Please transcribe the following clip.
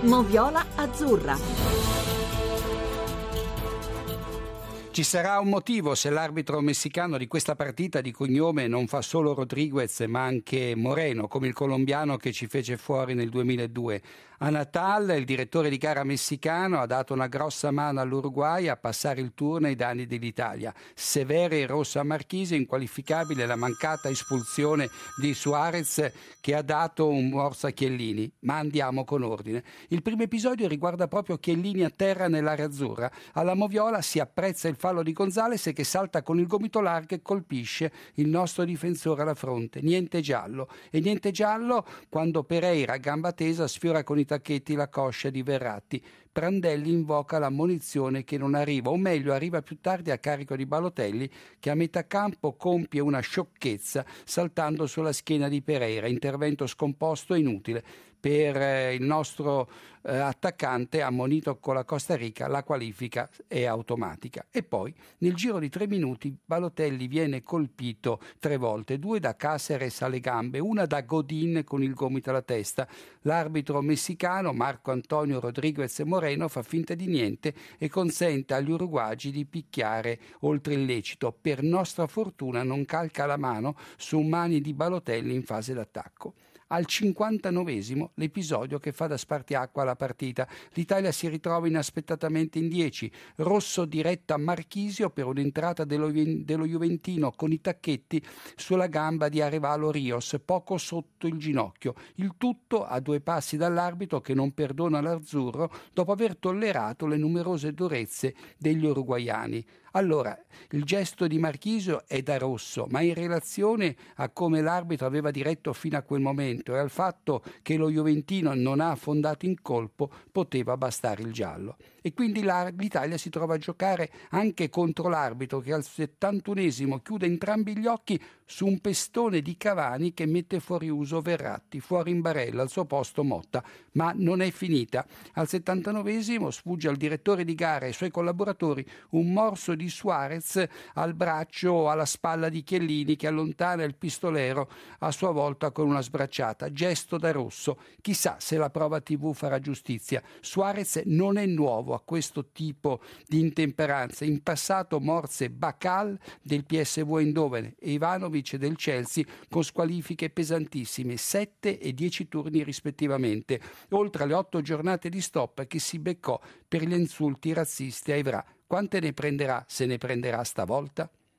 Moviola Azzurra. Ci sarà un motivo se l'arbitro messicano di questa partita di cognome non fa solo Rodriguez ma anche Moreno, come il colombiano che ci fece fuori nel 2002. A Natal il direttore di gara messicano ha dato una grossa mano all'Uruguay a passare il turno ai danni dell'Italia. Severe il rosso a Marchisio, inqualificabile la mancata espulsione di Suarez che ha dato un morso a Chiellini. Ma andiamo con ordine. Il primo episodio riguarda proprio Chiellini a terra nell'area azzurra. Alla Moviola si apprezza il fallo di Gonzalez che salta con il gomito largo e colpisce il nostro difensore alla fronte. Niente giallo. E niente giallo quando Pereira a gamba tesa sfiora con i tacchetti la coscia di Verratti. Prandelli invoca l'ammonizione che non arriva, o meglio arriva più tardi a carico di Balotelli che a metà campo compie una sciocchezza saltando sulla schiena di Pereira, intervento scomposto e inutile. Per il nostro attaccante ammonito con la Costa Rica la qualifica è automatica. E poi nel giro di 3 minuti Balotelli viene colpito 3 volte, 2 da Cáceres alle gambe, una da Godin con il gomito alla testa. L'arbitro messicano Marco Antonio Rodriguez Moreno fa finta di niente e consente agli uruguagi di picchiare oltre il lecito. Per nostra fortuna non calca la mano su mani di Balotelli in fase d'attacco. Al 59esimo l'episodio che fa da spartiacque alla partita. L'Italia si ritrova inaspettatamente in 10. Rosso diretto a Marchisio per un'entrata dello Juventino con i tacchetti sulla gamba di Arevalo Rios, poco sotto il ginocchio. Il tutto a 2 passi dall'arbitro che non perdona l'azzurro dopo aver tollerato le numerose durezze degli uruguaiani. Allora, il gesto di Marchisio è da rosso, ma in relazione a come l'arbitro aveva diretto fino a quel momento e al fatto che lo Juventino non ha affondato in colpo, poteva bastare il giallo. E quindi l'Italia si trova a giocare anche contro l'arbitro che al 71esimo chiude entrambi gli occhi su un pestone di Cavani che mette fuori uso Verratti, fuori in barella, al suo posto Motta. Ma non è finita. Al 79esimo sfugge al direttore di gara e ai suoi collaboratori un morso di Suarez al braccio o alla spalla di Chiellini che allontana il pistolero a sua volta con una sbracciata. Gesto da rosso. Chissà se la prova TV farà giustizia. Suarez non è nuovo a questo tipo di intemperanza. In passato morse Bacal del PSV Eindhoven e Ivanovic del Chelsea con squalifiche pesantissime, 7 e 10 turni rispettivamente, oltre alle 8 giornate di stop che si beccò per gli insulti razzisti a Evra. Quante ne prenderà, se ne prenderà stavolta?